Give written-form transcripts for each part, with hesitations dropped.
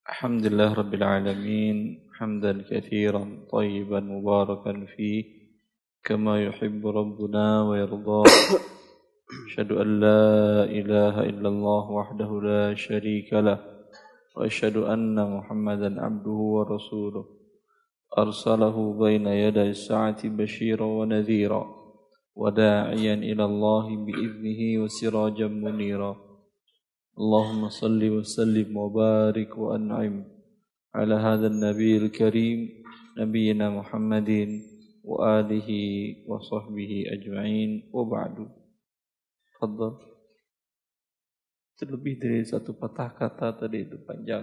الحمد لله رب العالمين حمدا كثيرا طيبا مباركا فيه كما يحب ربنا ويرضى أشهد أن لا إله إلا الله وحده لا شريك له وأشهد أن محمدا عبده ورسوله أرسله بين يدي الساعة بشيرا ونذيرا وداعيا إلى الله بإذنه وسراجا منيرا اللهم صل وسلم وبارك وأنعم على هذا النبي الكريم نبينا محمد وآله وصحبه أجمعين وبعد. Fadhal. Terlebih dari satu patah kata tadi itu panjang.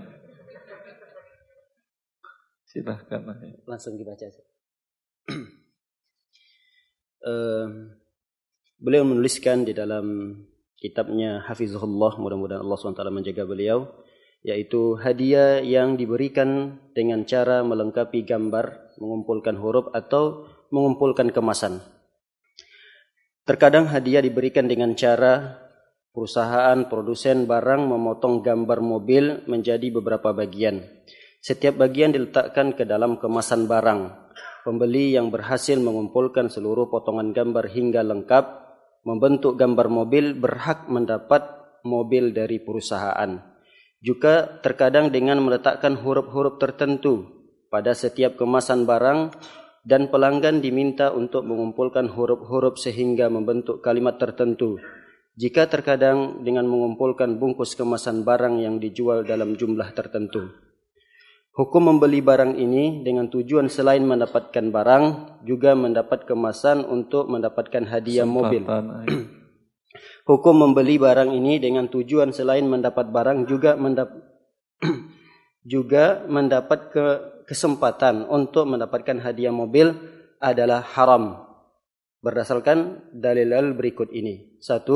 Silahkan. Langsung dibaca. Beliau menuliskan di dalam kitabnya Hafizahullah, mudah-mudahan Allah SWT menjaga beliau, yaitu hadiah yang diberikan dengan cara melengkapi gambar, mengumpulkan huruf atau mengumpulkan kemasan. Terkadang hadiah diberikan dengan cara perusahaan produsen barang memotong gambar mobil menjadi beberapa bagian. Setiap bagian diletakkan ke dalam kemasan barang. Pembeli yang berhasil mengumpulkan seluruh potongan gambar hingga lengkap membentuk gambar mobil berhak mendapat mobil dari perusahaan. Juga terkadang dengan meletakkan huruf-huruf tertentu pada setiap kemasan barang dan pelanggan diminta untuk mengumpulkan huruf-huruf sehingga membentuk kalimat tertentu. Jika terkadang dengan mengumpulkan bungkus kemasan barang yang dijual dalam jumlah tertentu. Hukum membeli barang ini dengan tujuan selain mendapatkan barang, juga mendapat kemasan untuk mendapatkan hadiah mobil. Hukum membeli barang ini dengan tujuan selain mendapat barang, juga mendapat kesempatan untuk mendapatkan hadiah mobil adalah haram. Berdasarkan dalil berikut ini. 1.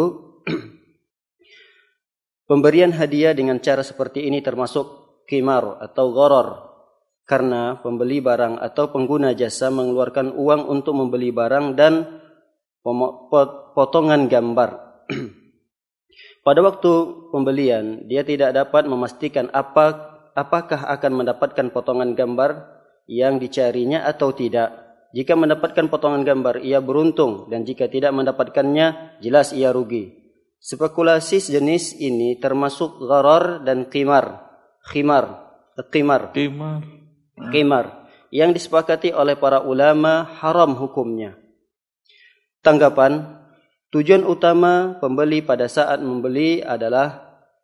Pemberian hadiah dengan cara seperti ini termasuk qimar atau gharar, karena pembeli barang atau pengguna jasa mengeluarkan uang untuk membeli barang dan potongan gambar. Pada waktu pembelian, dia tidak dapat memastikan apakah akan mendapatkan potongan gambar yang dicarinya atau tidak. Jika mendapatkan potongan gambar, ia beruntung, dan jika tidak mendapatkannya, jelas ia rugi. Spekulasi sejenis ini termasuk gharar dan qimar yang disepakati oleh para ulama haram hukumnya. Tanggapan, tujuan utama pembeli pada saat membeli adalah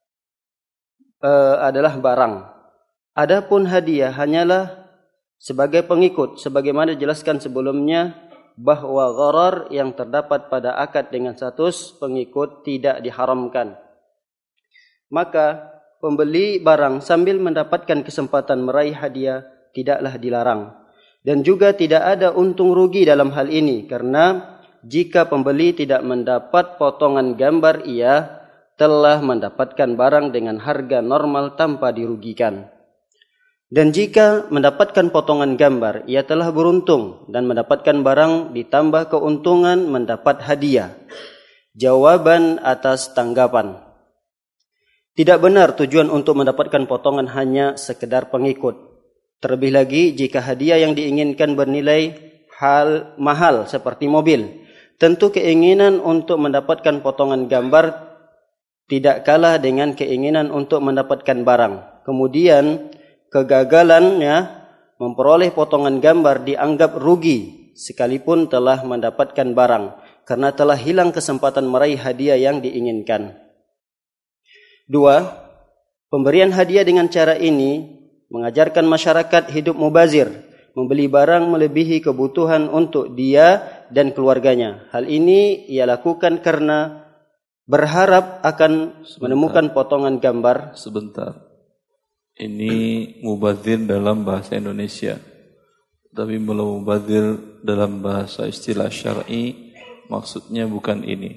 barang. Adapun hadiah hanyalah sebagai pengikut, sebagaimana dijelaskan sebelumnya bahwa gharar yang terdapat pada akad dengan status pengikut tidak diharamkan. Maka pembeli barang sambil mendapatkan kesempatan meraih hadiah tidaklah dilarang. Dan juga tidak ada untung rugi dalam hal ini, karena jika pembeli tidak mendapat potongan gambar, ia telah mendapatkan barang dengan harga normal tanpa dirugikan. Dan jika mendapatkan potongan gambar, ia telah beruntung dan mendapatkan barang ditambah keuntungan mendapat hadiah. Jawaban atas tanggapan. Tidak benar tujuan untuk mendapatkan potongan hanya sekedar pengikut. Terlebih lagi jika hadiah yang diinginkan bernilai mahal seperti mobil. Tentu keinginan untuk mendapatkan potongan gambar tidak kalah dengan keinginan untuk mendapatkan barang. Kemudian kegagalannya memperoleh potongan gambar dianggap rugi sekalipun telah mendapatkan barang, karena telah hilang kesempatan meraih hadiah yang diinginkan. 2. Pemberian hadiah dengan cara ini mengajarkan masyarakat hidup mubazir, membeli barang melebihi kebutuhan untuk dia dan keluarganya. Hal ini ia lakukan karena berharap akan menemukan potongan gambar. Sebentar. Ini mubazir dalam bahasa Indonesia. Tapi belum mubazir dalam bahasa istilah syar'i, maksudnya bukan ini.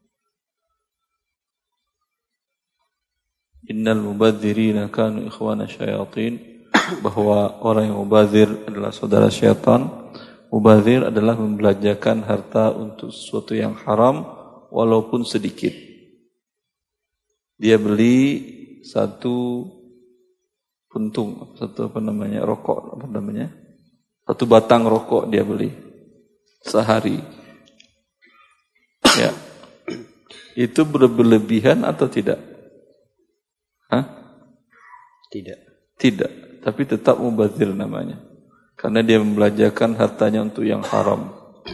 Innal mubadzirina kanu ikhwana syayatin, bahwa orang yang mubadzir adalah saudara syaitan. Mubadzir adalah membelanjakan harta untuk sesuatu yang haram walaupun sedikit. Dia beli satu puntung, satu rokok, satu batang rokok dia beli sehari. Ya. Itu berlebihan atau tidak? Tidak, tapi tetap mubazir namanya. Karena dia membelanjakan hartanya untuk yang haram.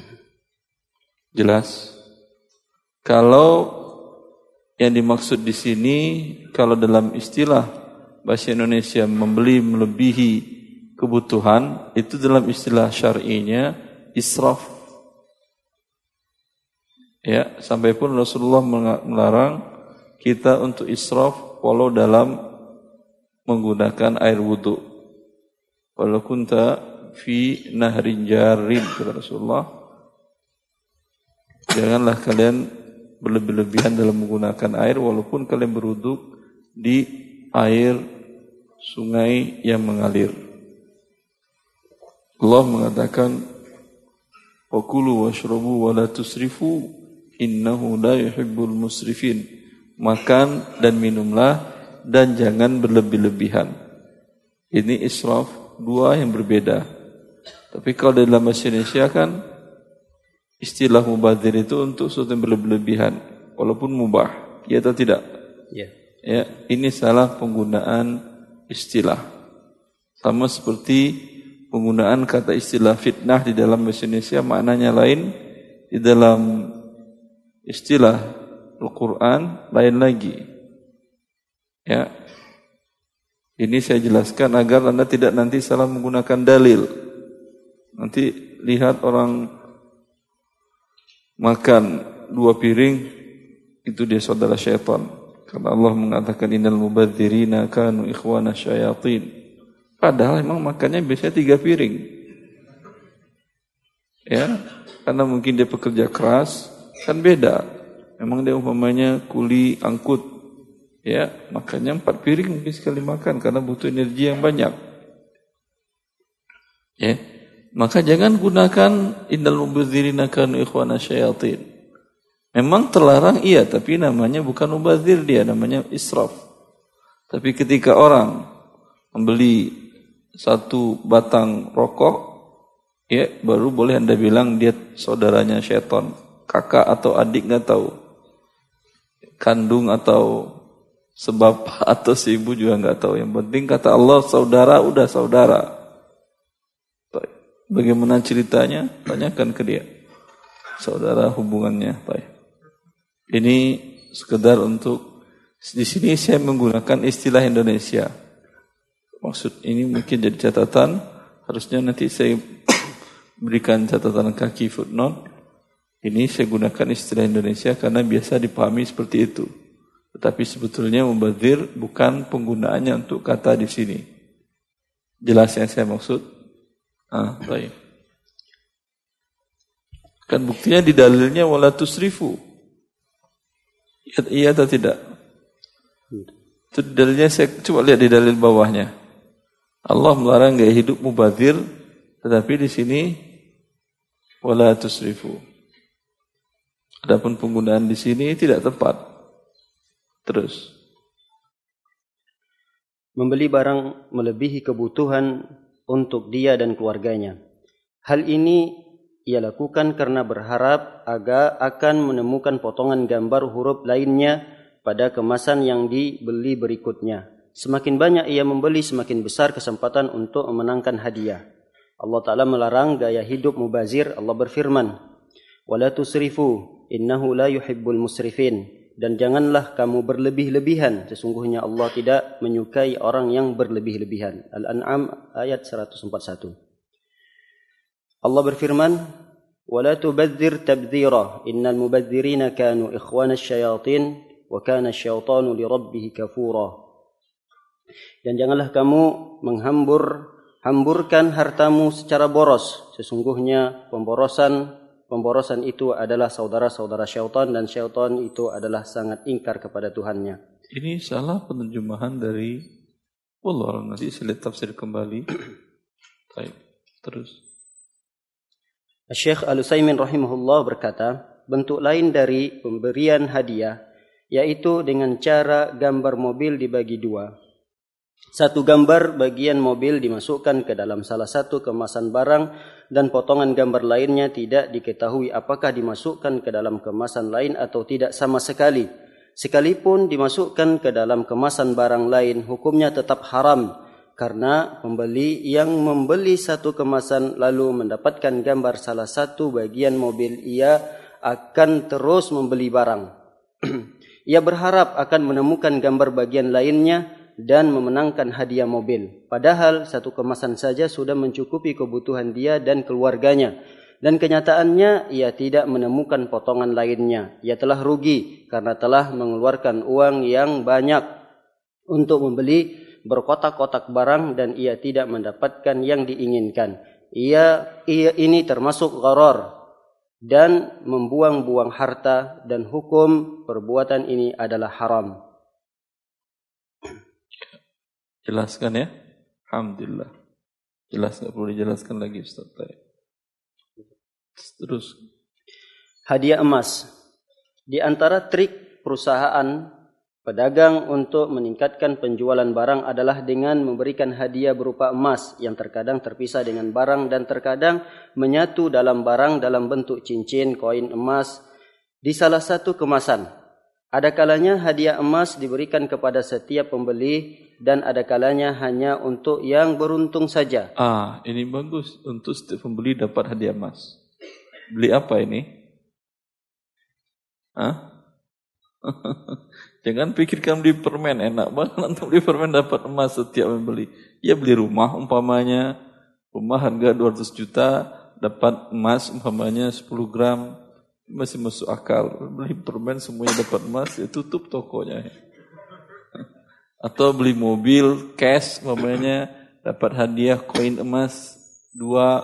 Jelas? Kalau yang dimaksud di sini, kalau dalam istilah bahasa Indonesia membeli melebihi kebutuhan, itu dalam istilah syar'inya israf. Ya, sampai pun Rasulullah melarang kita untuk israf walau dalam menggunakan air wudu. Walau kunta fi nahrin jarin, kata Rasulullah, janganlah kalian berlebih-lebihan dalam menggunakan air walaupun kalian berwudu di air sungai yang mengalir. Allah mengatakan, wa kulu washrabu wa la tusrifu innahu la yuhibbul musrifin. Makan dan minumlah dan jangan berlebih-lebihan. Ini israf, dua yang berbeda. Tapi kalau dalam bahasa Indonesia kan istilah mubazir itu untuk sesuatu yang berlebih-lebihan walaupun mubah, ya atau tidak? Ya, ini salah penggunaan istilah. Sama seperti penggunaan kata istilah fitnah di dalam bahasa Indonesia maknanya lain, di dalam istilah Al-Quran lain lagi. Ya. Ini saya jelaskan agar Anda tidak nanti salah menggunakan dalil. Nanti lihat orang makan 2 piring, itu dia saudara syaitan. Karena Allah mengatakan innal mubadzirina kanu ikhwana syayatin. Padahal emang makannya biasanya 3 piring. Ya, karena mungkin dia pekerja keras, kan beda. Memang dia umpamanya kuli angkut, ya, makannya 4 piring mungkin sekali makan karena butuh energi yang banyak. Ya, maka jangan gunakan innal mubadzirina kanu ikhwana syayatin. Memang terlarang iya, tapi namanya bukan mubadzir, dia namanya israf. Tapi ketika orang membeli 1 batang rokok, ya, baru boleh Anda bilang dia saudaranya syaitan. Kakak atau adik enggak tahu. Kandung atau sebab atau si ibu juga enggak tahu. Yang penting kata Allah saudara, udah saudara. Bagaimana ceritanya? Tanyakan ke dia. Saudara hubungannya. Ini sekedar untuk di sini saya menggunakan istilah Indonesia. Maksud ini mungkin jadi catatan. Harusnya nanti saya berikan catatan kaki footnote. Ini saya gunakan istilah Indonesia karena biasa dipahami seperti itu. Tetapi sebetulnya mubazir bukan penggunaannya untuk kata di sini. Jelas yang saya maksud? Baik. Kan buktinya di dalilnya wala tusrifu. Iya atau tidak? Itu dalilnya saya coba lihat di dalil bawahnya. Allah melarang gaya hidup mubazir, tetapi di sini wala tusrifu. Adapun penggunaan di sini tidak tepat. Terus membeli barang melebihi kebutuhan untuk dia dan keluarganya. Hal ini ia lakukan karena berharap agar akan menemukan potongan gambar huruf lainnya pada kemasan yang dibeli berikutnya. Semakin banyak ia membeli, semakin besar kesempatan untuk memenangkan hadiah. Allah Ta'ala melarang gaya hidup mubazir. Allah berfirman, وَلَا تُسْرِفُوا innahu la yuhibbul musrifin, dan janganlah kamu berlebih-lebihan, sesungguhnya Allah tidak menyukai orang yang berlebih-lebihan. Al-An'am ayat 141. Allah berfirman, wala tubadzir tabdzira innal mubadzirina kanu ikhwana asyayatin wa kana asyaitanu li rabbih kafura. Dan janganlah kamu hamburkan hartamu secara boros, sesungguhnya pemborosan itu adalah saudara-saudara syaitan, dan syaitan itu adalah sangat ingkar kepada Tuhannya. Ini salah penerjemahan dari Allah. Nanti saya lihat tafsir kembali. Baik, terus. Syekh Al-Utsaimin rahimahullah berkata, bentuk lain dari pemberian hadiah yaitu dengan cara gambar mobil dibagi 2. Satu gambar bagian mobil dimasukkan ke dalam salah satu kemasan barang dan potongan gambar lainnya tidak diketahui apakah dimasukkan ke dalam kemasan lain atau tidak sama sekali. Sekalipun dimasukkan ke dalam kemasan barang lain, hukumnya tetap haram karena pembeli yang membeli satu kemasan lalu mendapatkan gambar salah satu bagian mobil, ia akan terus membeli barang. Ia berharap akan menemukan gambar bagian lainnya dan memenangkan hadiah mobil. Padahal satu kemasan saja sudah mencukupi kebutuhan dia dan keluarganya. Dan kenyataannya ia tidak menemukan potongan lainnya. Ia telah rugi karena telah mengeluarkan uang yang banyak untuk membeli berkotak-kotak barang dan ia tidak mendapatkan yang diinginkan. Ini termasuk gharar dan membuang-buang harta, dan hukum perbuatan ini adalah haram. Jelaskan ya. Alhamdulillah. Jelas, nggak perlu dijelaskan lagi Ustaz. Terus. Hadiah emas. Di antara trik perusahaan pedagang untuk meningkatkan penjualan barang adalah dengan memberikan hadiah berupa emas yang terkadang terpisah dengan barang dan terkadang menyatu dalam barang dalam bentuk cincin, koin emas di salah satu kemasan. Ada kalanya hadiah emas diberikan kepada setiap pembeli dan ada kalanya hanya untuk yang beruntung saja. Ini bagus, untuk setiap pembeli dapat hadiah emas. Beli apa ini? Jangan pikirkan beli permen, enak banget untuk beli permen dapat emas setiap membeli. Ya beli rumah umpamanya, rumah harga 200 juta, dapat emas umpamanya 10 gram, masih masuk akal. Beli permen semuanya dapat emas, ya tutup tokonya. Atau beli mobil, cash umpamanya, dapat hadiah koin emas 2,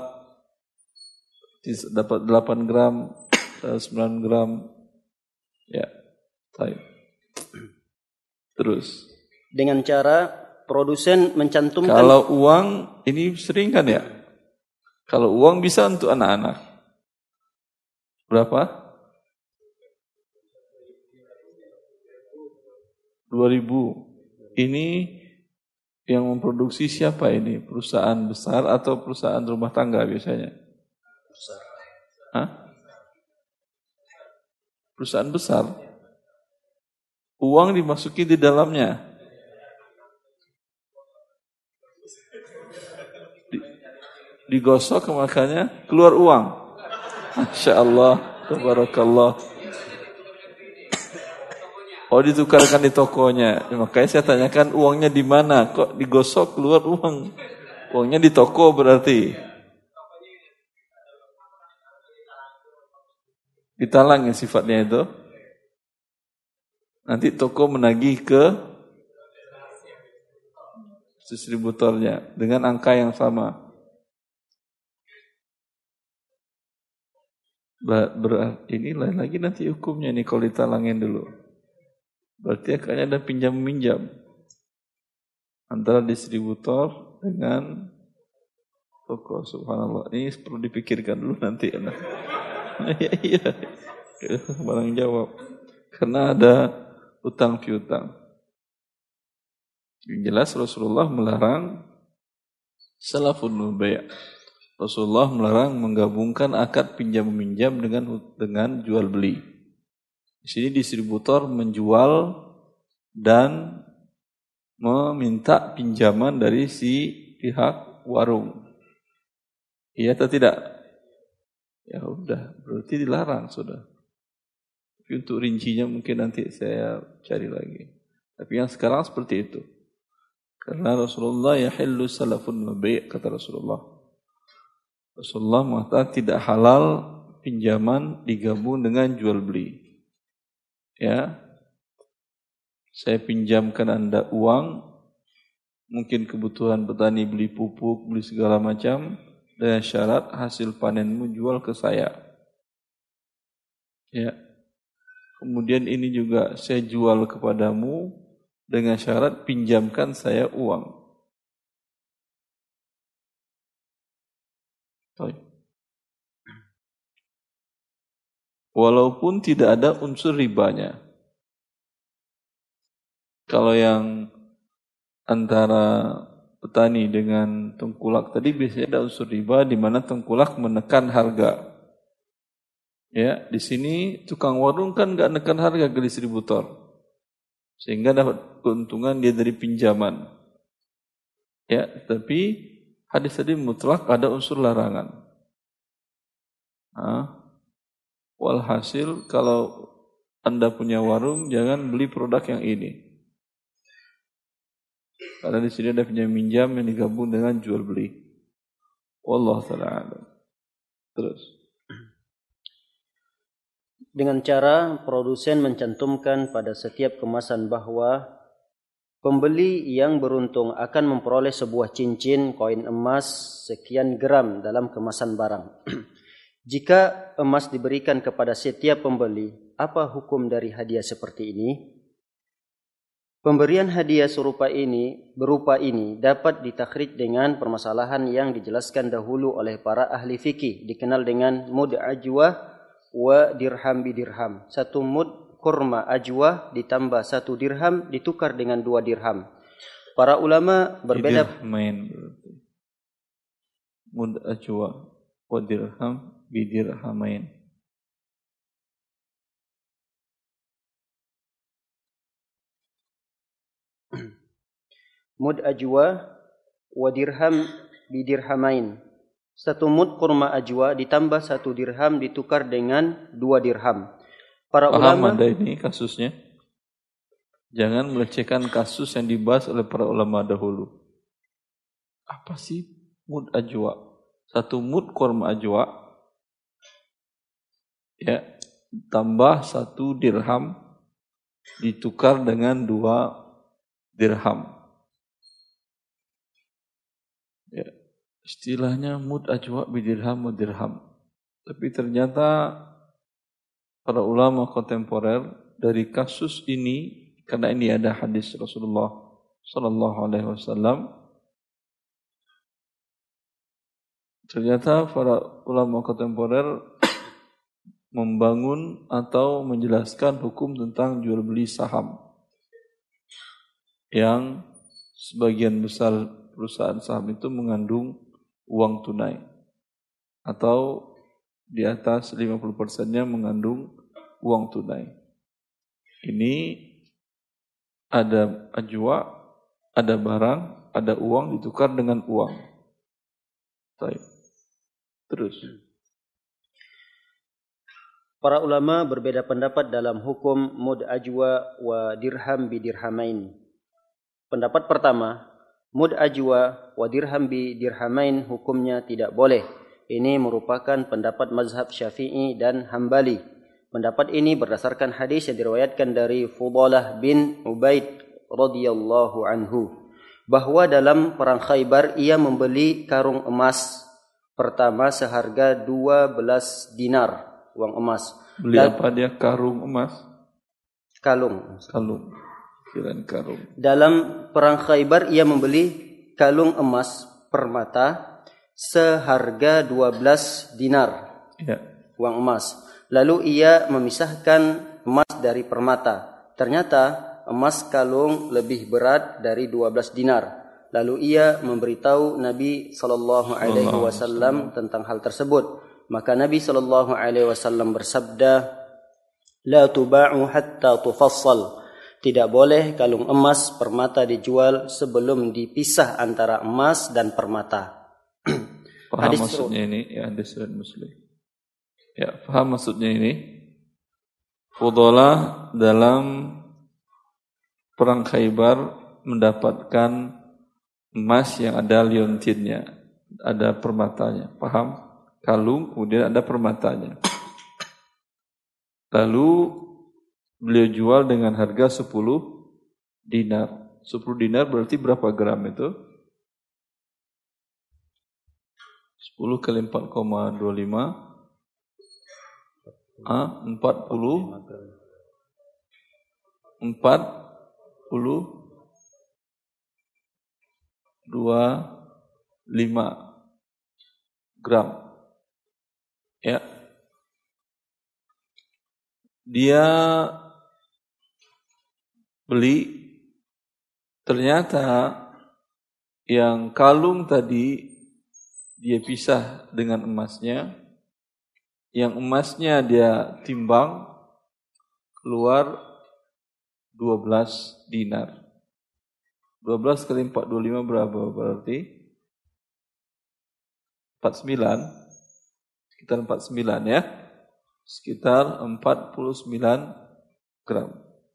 dapat 8 gram, 9 gram. Ya, baik. Terus. Dengan cara produsen mencantumkan. Kalau uang, ini sering kan ya? Kalau uang bisa untuk anak-anak. Berapa? 2.000. Ini yang memproduksi siapa ini? Perusahaan besar atau perusahaan rumah tangga biasanya? Besar. Perusahaan besar. Uang dimasuki di dalamnya. Digosok makanya keluar uang. Masya Allah, tabarakallah. Oh, ditukarkan di tokonya. Makanya saya tanyakan uangnya di mana? Kok digosok keluar uang? Uangnya di toko berarti. Ditalang ya sifatnya itu. Nanti toko menagih ke distributornya dengan angka yang sama. Ini lain lagi nanti hukumnya nih kalau ditalangin dulu. Berarti kayaknya ada pinjam-minjam antara distributor dengan toko. Subhanallah. Ini perlu dipikirkan dulu nanti. Iya. Barang jawab. Karena ada utang piutang. Yang jelas Rasulullah melarang salafun nubai'. Rasulullah melarang menggabungkan akad pinjam-meminjam dengan jual beli. Di sini distributor menjual dan meminta pinjaman dari si pihak warung. Iya atau tidak? Ya udah, berarti dilarang sudah. Tapi untuk rincinya mungkin nanti saya cari lagi. Tapi yang sekarang seperti itu. Karena Rasulullah yahillu salafun nubai', kata Rasulullah. Rasulullah mengatakan tidak halal pinjaman digabung dengan jual beli. Ya, saya pinjamkan Anda uang, mungkin kebutuhan petani beli pupuk, beli segala macam, dengan syarat hasil panenmu jual ke saya. Ya, kemudian ini juga saya jual kepadamu dengan syarat pinjamkan saya uang. Walaupun tidak ada unsur ribanya. Kalau yang antara petani dengan tengkulak tadi biasanya ada unsur riba di mana tengkulak menekan harga. Ya, di sini tukang warung kan nggak nekan harga ke distributor, sehingga dapat keuntungan dia dari pinjaman. Ya, tapi hadis tadi mutlak ada unsur larangan. Walhasil kalau Anda punya warung jangan beli produk yang ini. Karena di sini ada pinjam minjam yang digabung dengan jual beli. Wallahu ta'ala a'lam. Terus. Dengan cara produsen mencantumkan pada setiap kemasan bahwa pembeli yang beruntung akan memperoleh sebuah cincin koin emas sekian gram dalam kemasan barang. Jika emas diberikan kepada setiap pembeli, apa hukum dari hadiah seperti ini? Pemberian hadiah berupa ini dapat ditakhrij dengan permasalahan yang dijelaskan dahulu oleh para ahli fikih, dikenal dengan mud ajwah wa dirham bidirham. 1 mud kurma ajwah ditambah 1 dirham ditukar dengan 2 dirham. Para ulama berbeda. Mud ajwah wa dirham bidirhamain. Mud ajwa wa dirham bidirhamain. 1 mud kurma ajwa ditambah 1 dirham ditukar dengan 2 dirham. Para ulama ada ini kasusnya. Jangan melecehkan kasus yang dibahas oleh para ulama dahulu. Apa sih mud ajwa? 1 mud kurma ajwa ya tambah 1 dirham ditukar dengan 2 dirham. Ya, istilahnya mud ajwa bidirham mudirham. Tapi ternyata para ulama kontemporer dari kasus ini, karena ini ada hadis Rasulullah sallallahu alaihi wasallam, ternyata para ulama kontemporer membangun atau menjelaskan hukum tentang jual beli saham yang sebagian besar perusahaan saham itu mengandung uang tunai atau di atas 50%-nya mengandung uang tunai. Ini ada ajwa, ada barang, ada uang ditukar dengan uang. Baik. Terus. Para ulama berbeda pendapat dalam hukum mud ajwa wa dirham bidirhamain. Pendapat pertama, mud ajwa wa dirham bidirhamain hukumnya tidak boleh. Ini merupakan pendapat mazhab Syafi'i dan Hambali. Pendapat ini berdasarkan hadis yang diriwayatkan dari Fudalah bin Ubaid radhiyallahu anhu bahwa dalam perang Khaybar ia membeli karung emas pertama seharga 12 dinar uang emas. Beli apa dia? Karung emas? Kalung. Kirain karung. Dalam perang Khaybar ia membeli kalung emas permata seharga 12 dinar ya. Uang emas. Lalu ia memisahkan emas dari permata. Ternyata emas kalung lebih berat dari 12 dinar. Lalu ia memberitahu Nabi sallallahu alaihi wasallam tentang hal tersebut. Maka Nabi sallallahu alaihi wasallam bersabda, "La tuba'u hatta tufassal." Tidak boleh kalung emas permata dijual sebelum dipisah antara emas dan permata. Paham maksudnya ini? Ya, hadis riwayat Muslim. Ya, paham maksudnya ini? Fudalah dalam perang Khaybar mendapatkan emas yang ada liontinnya, ada permatanya. Paham? Kalung, kemudian ada permatanya. Lalu beliau jual dengan harga 10 dinar. 10 dinar berarti berapa gram itu? 10 kali 4,25 40 25 gram. Ya. Dia beli ternyata yang kalung tadi dia pisah dengan emasnya, yang emasnya dia timbang, keluar 12 dinar. 12 kali 4, 25 berapa berarti? 49, sekitar 49 ya. Sekitar 49 gram.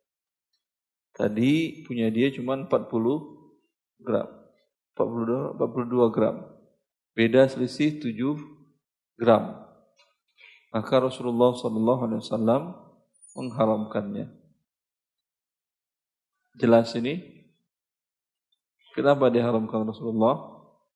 Tadi punya dia cuma 40 gram. 42 gram. Beda selisih 7 gram. Maka Rasulullah SAW mengharamkannya. Jelas ini? Kenapa diharamkan Rasulullah?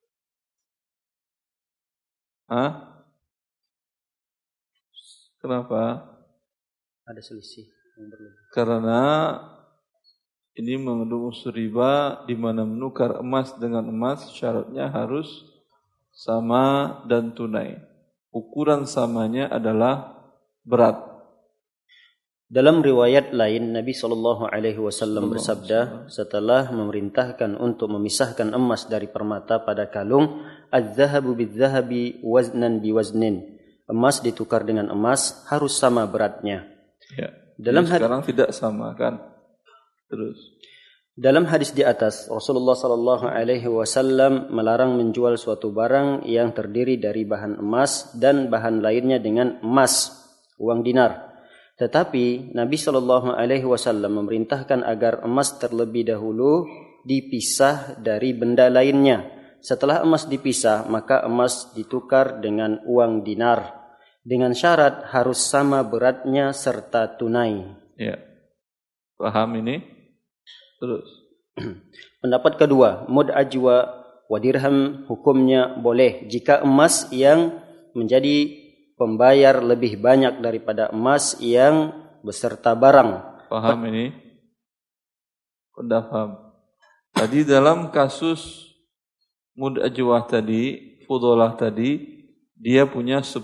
Kenapa? Ada selisih yang berlebih. Karena ini mengandung unsur riba, di mana menukar emas dengan emas syaratnya harus sama dan tunai. Ukuran samanya adalah berat. Dalam riwayat lain Nabi SAW bersabda setelah memerintahkan untuk memisahkan emas dari permata pada kalung, "Az-zahabu biz-zahabi waznan biwaznin." Emas ditukar dengan emas harus sama beratnya. Ya. Sekarang tidak sama kan? Terus. Dalam hadis di atas, Rasulullah SAW melarang menjual suatu barang yang terdiri dari bahan emas dan bahan lainnya dengan emas, uang dinar. Tetapi Nabi SAW memerintahkan agar emas terlebih dahulu dipisah dari benda lainnya. Setelah emas dipisah, maka emas ditukar dengan uang dinar. Dengan syarat harus sama beratnya serta tunai. Ya. Paham ini? Terus. Pendapat kedua, mud ajwa wa dirham hukumnya boleh jika emas yang menjadi pembayar lebih banyak daripada emas yang beserta barang. Paham ini? Sudah paham. Tadi dalam kasus mud ajwah tadi, fudolah tadi, dia punya 10.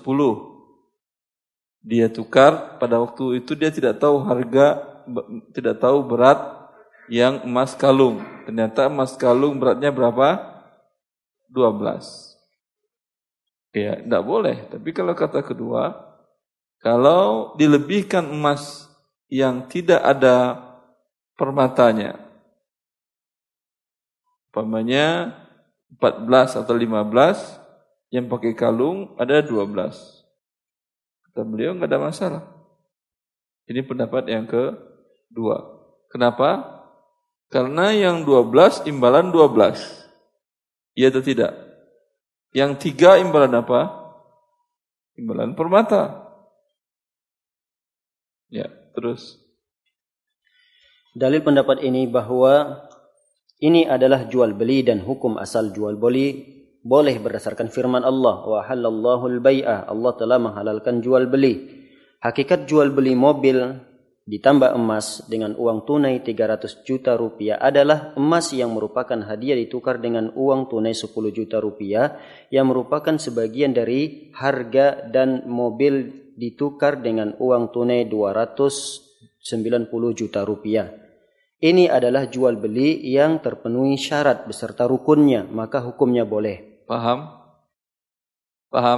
Dia tukar, pada waktu itu dia tidak tahu harga, tidak tahu berat yang emas kalung. Ternyata emas kalung beratnya berapa? 12. Ya, tidak boleh. Tapi kalau kata kedua, kalau dilebihkan emas yang tidak ada permatanya, umpamanya 14 atau 15, yang pakai kalung ada 12. Kata beliau enggak ada masalah. Ini pendapat yang kedua. Kenapa? Karena yang 12 imbalan 12. Iya atau tidak? Yang 3 imbalan apa? Imbalan permata. Ya, terus. Dalil pendapat ini bahwa ini adalah jual beli dan hukum asal jual beli boleh berdasarkan firman Allah, wa halallahu al-bai'a, Allah telah menghalalkan jual beli. Hakikat jual beli mobil ditambah emas dengan uang tunai 300 juta rupiah adalah emas yang merupakan hadiah ditukar dengan uang tunai 10 juta rupiah yang merupakan sebagian dari harga, dan mobil ditukar dengan uang tunai 290 juta rupiah. Ini adalah jual beli yang terpenuhi syarat beserta rukunnya, maka hukumnya boleh. Paham? Paham?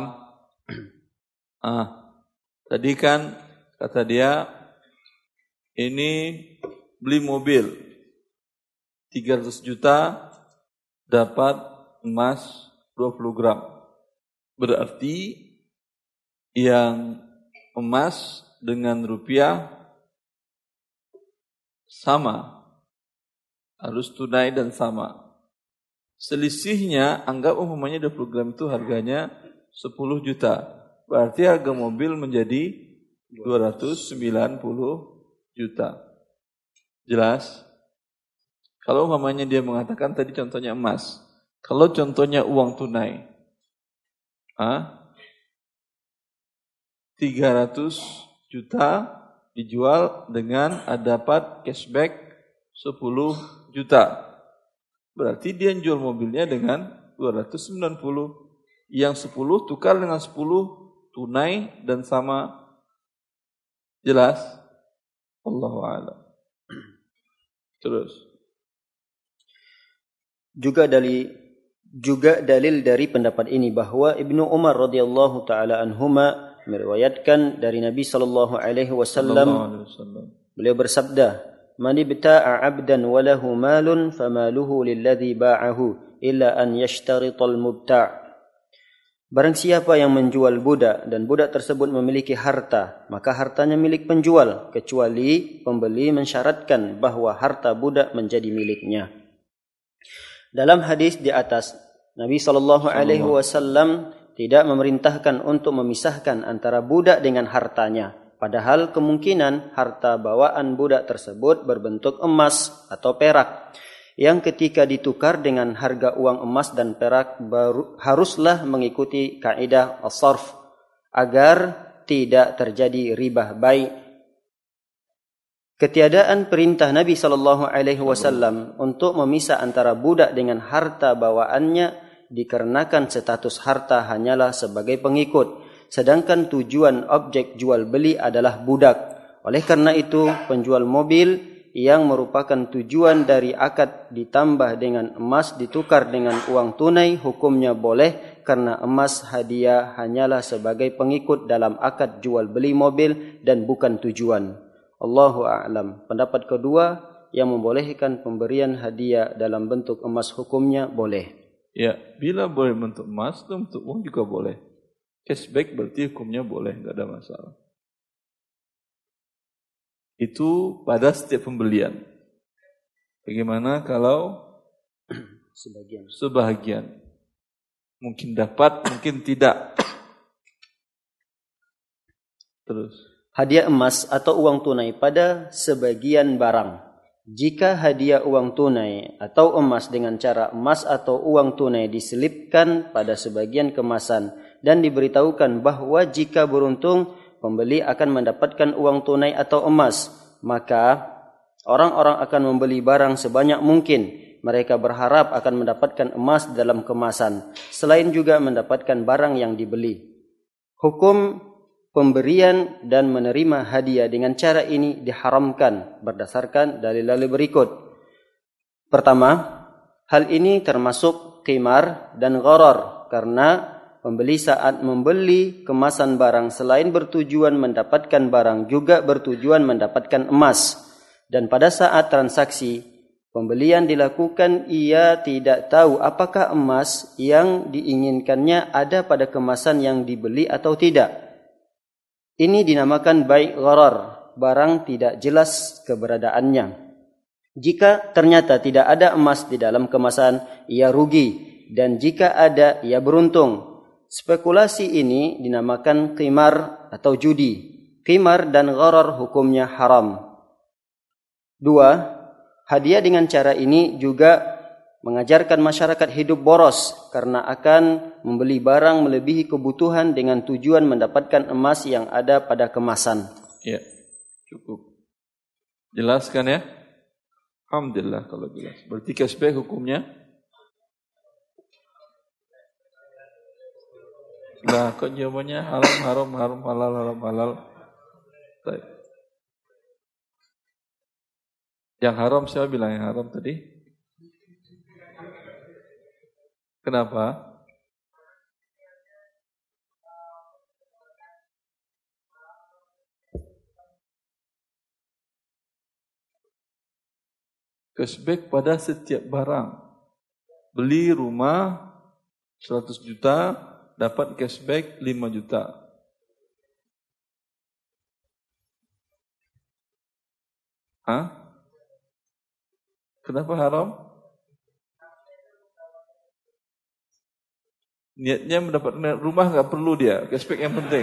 Tadi kan kata dia, ini beli mobil 300 juta dapat emas 20 gram. Berarti yang emas dengan rupiah sama. Harus tunai dan sama. Selisihnya anggap umpamanya 20 gram itu harganya 10 juta. Berarti harga mobil menjadi 290 juta. Jelas? Kalau umpamanya dia mengatakan tadi contohnya emas. Kalau contohnya uang tunai. 300 juta dijual dengan dapat cashback 10 juta. Berarti dia jual mobilnya dengan 290. Yang 10 tukar dengan 10 tunai dan sama. Jelas? Allahu a'lam. Terus. Juga dalil dari pendapat ini bahwa Ibnu Umar radhiyallahu taala anhuma meriwayatkan dari Nabi sallallahu alaihi wasallam, beliau bersabda, "Man ibta'a 'abdan wa lahu malun famaluhu lilladzi ba'ahu illa an yashtarital mubta'." Barang siapa yang menjual budak dan budak tersebut memiliki harta, maka hartanya milik penjual kecuali pembeli mensyaratkan bahwa harta budak menjadi miliknya. Dalam hadis di atas, Nabi sallallahu alaihi wasallam tidak memerintahkan untuk memisahkan antara budak dengan hartanya, padahal kemungkinan harta bawaan budak tersebut berbentuk emas atau perak yang ketika ditukar dengan harga uang emas dan perak haruslah mengikuti kaidah as-sarf agar tidak terjadi riba bai. Ketiadaan perintah Nabi sallallahu alaihi wasallam untuk memisah antara budak dengan harta bawaannya dikarenakan status harta hanyalah sebagai pengikut, sedangkan tujuan objek jual beli adalah budak. Oleh karena itu, penjual mobil yang merupakan tujuan dari akad ditambah dengan emas ditukar dengan uang tunai hukumnya boleh karena emas hadiah hanyalah sebagai pengikut dalam akad jual beli mobil dan bukan tujuan. Allahu a'lam. Pendapat kedua yang membolehkan pemberian hadiah dalam bentuk emas hukumnya boleh. Ya, bila boleh bentuk emas, itu bentuk uang juga boleh. Cashback berarti hukumnya boleh, enggak ada masalah. Itu pada setiap pembelian. Bagaimana kalau sebahagian? Mungkin dapat, mungkin tidak. Terus. Hadiah emas atau uang tunai pada sebagian barang. Jika hadiah uang tunai atau emas dengan cara emas atau uang tunai diselipkan pada sebagian kemasan dan diberitahukan bahwa jika beruntung pembeli akan mendapatkan uang tunai atau emas, maka orang-orang akan membeli barang sebanyak mungkin. Mereka berharap akan mendapatkan emas dalam kemasan, selain juga mendapatkan barang yang dibeli. Hukum pemberian dan menerima hadiah dengan cara ini diharamkan berdasarkan dalil-dalil berikut. Pertama, hal ini termasuk qimar dan gharar karena pembeli saat membeli kemasan barang selain bertujuan mendapatkan barang juga bertujuan mendapatkan emas. Dan pada saat transaksi pembelian dilakukan ia tidak tahu apakah emas yang diinginkannya ada pada kemasan yang dibeli atau tidak. Ini dinamakan bai' gharar, barang tidak jelas keberadaannya. Jika ternyata tidak ada emas di dalam kemasan, ia rugi, dan jika ada, ia beruntung. Spekulasi ini dinamakan qimar atau judi. Qimar dan gharar hukumnya haram. 2. Hadiah dengan cara ini juga mengajarkan masyarakat hidup boros karena akan membeli barang melebihi kebutuhan dengan tujuan mendapatkan emas yang ada pada kemasan. Ya, cukup. Jelaskan ya? Alhamdulillah kalau jelas. Berarti cashback hukumnya? Nah, kok jawabannya haram, haram, haram, halal, haram, halal. Baik. Yang haram siapa bilang yang haram tadi? Kenapa? Cashback pada setiap barang. Beli rumah 100 juta, dapat cashback 5 juta. Hah? Kenapa haram? Niatnya mendapatkan rumah nggak perlu dia, cashback yang penting.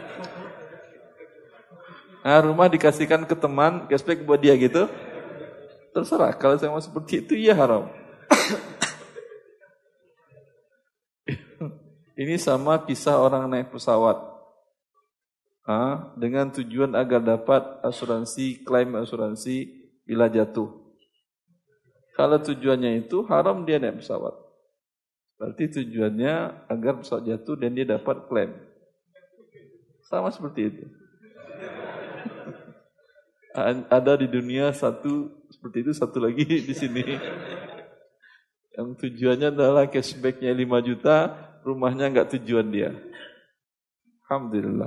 Nah, rumah dikasihkan ke teman, cashback buat dia gitu. Terserah, kalau saya mau seperti itu ya haram. Ini sama kisah orang naik pesawat. Dengan tujuan agar dapat asuransi, klaim asuransi bila jatuh. Kalau tujuannya itu haram dia naik pesawat. Berarti tujuannya agar pesawat jatuh dan dia dapat klaim. Sama seperti itu. Ada di dunia satu seperti itu, satu lagi di sini. Yang tujuannya adalah cashback-nya 5 juta, rumahnya enggak tujuan dia. Alhamdulillah.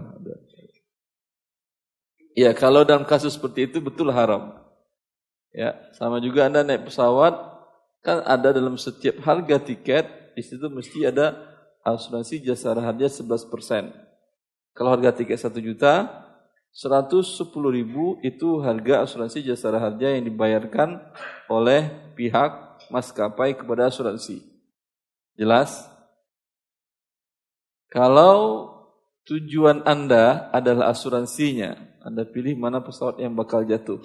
Ya, kalau dalam kasus seperti itu betul haram. Ya, sama juga Anda naik pesawat, kan ada dalam setiap harga tiket, di situ mesti ada asuransi jasara harja 11%. Kalau harga tiket 1 juta, 110.000 itu harga asuransi jasara harja yang dibayarkan oleh pihak maskapai kepada asuransi. Jelas? Kalau tujuan Anda adalah asuransinya, Anda pilih mana pesawat yang bakal jatuh.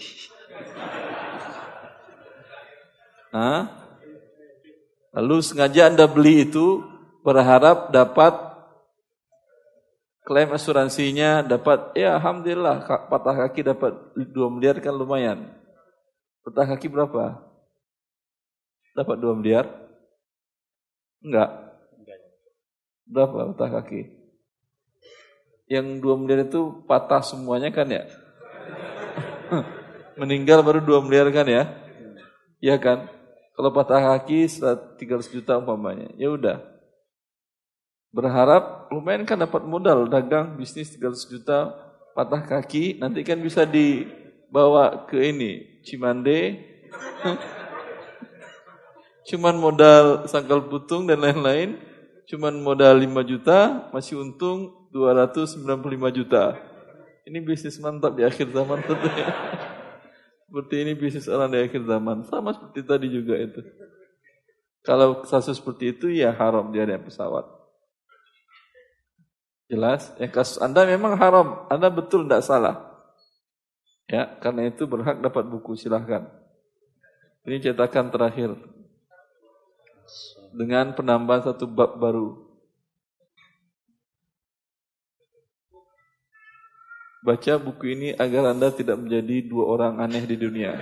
Lalu sengaja Anda beli itu berharap dapat klaim asuransinya, dapat ya alhamdulillah patah kaki dapat 2 miliar kan lumayan. Patah kaki berapa? Dapat 2 miliar? Enggak. Berapa patah kaki? Yang 2 miliar itu patah semuanya kan ya? Meninggal baru 2 miliar kan ya? Iya kan? Kalau patah kaki 300 juta umpamanya, ya udah. Berharap lumayan kan dapat modal dagang bisnis 300 juta, patah kaki nanti kan bisa dibawa ke ini Cimande. Cuman modal sangkal putung dan lain-lain, cuman modal 5 juta, masih untung 295 juta. Ini bisnis mantap di akhir zaman tentunya. Seperti ini bisnis orang di akhir zaman. Sama seperti tadi juga itu. Kalau kasus seperti itu ya haram dia naik pesawat. Jelas? Ya kasus Anda memang haram. Anda betul tidak salah. Ya, karena itu berhak dapat buku, silahkan. Ini cetakan terakhir. Dengan penambahan 1 bab baru. Baca buku ini agar Anda tidak menjadi 2 orang aneh di dunia.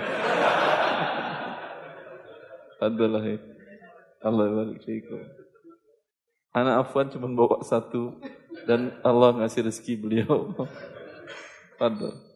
Adalah Allah barik fiikum. Anak Afwan cuma bawa 1 dan Allah ngasih rezeki beliau. Adalah.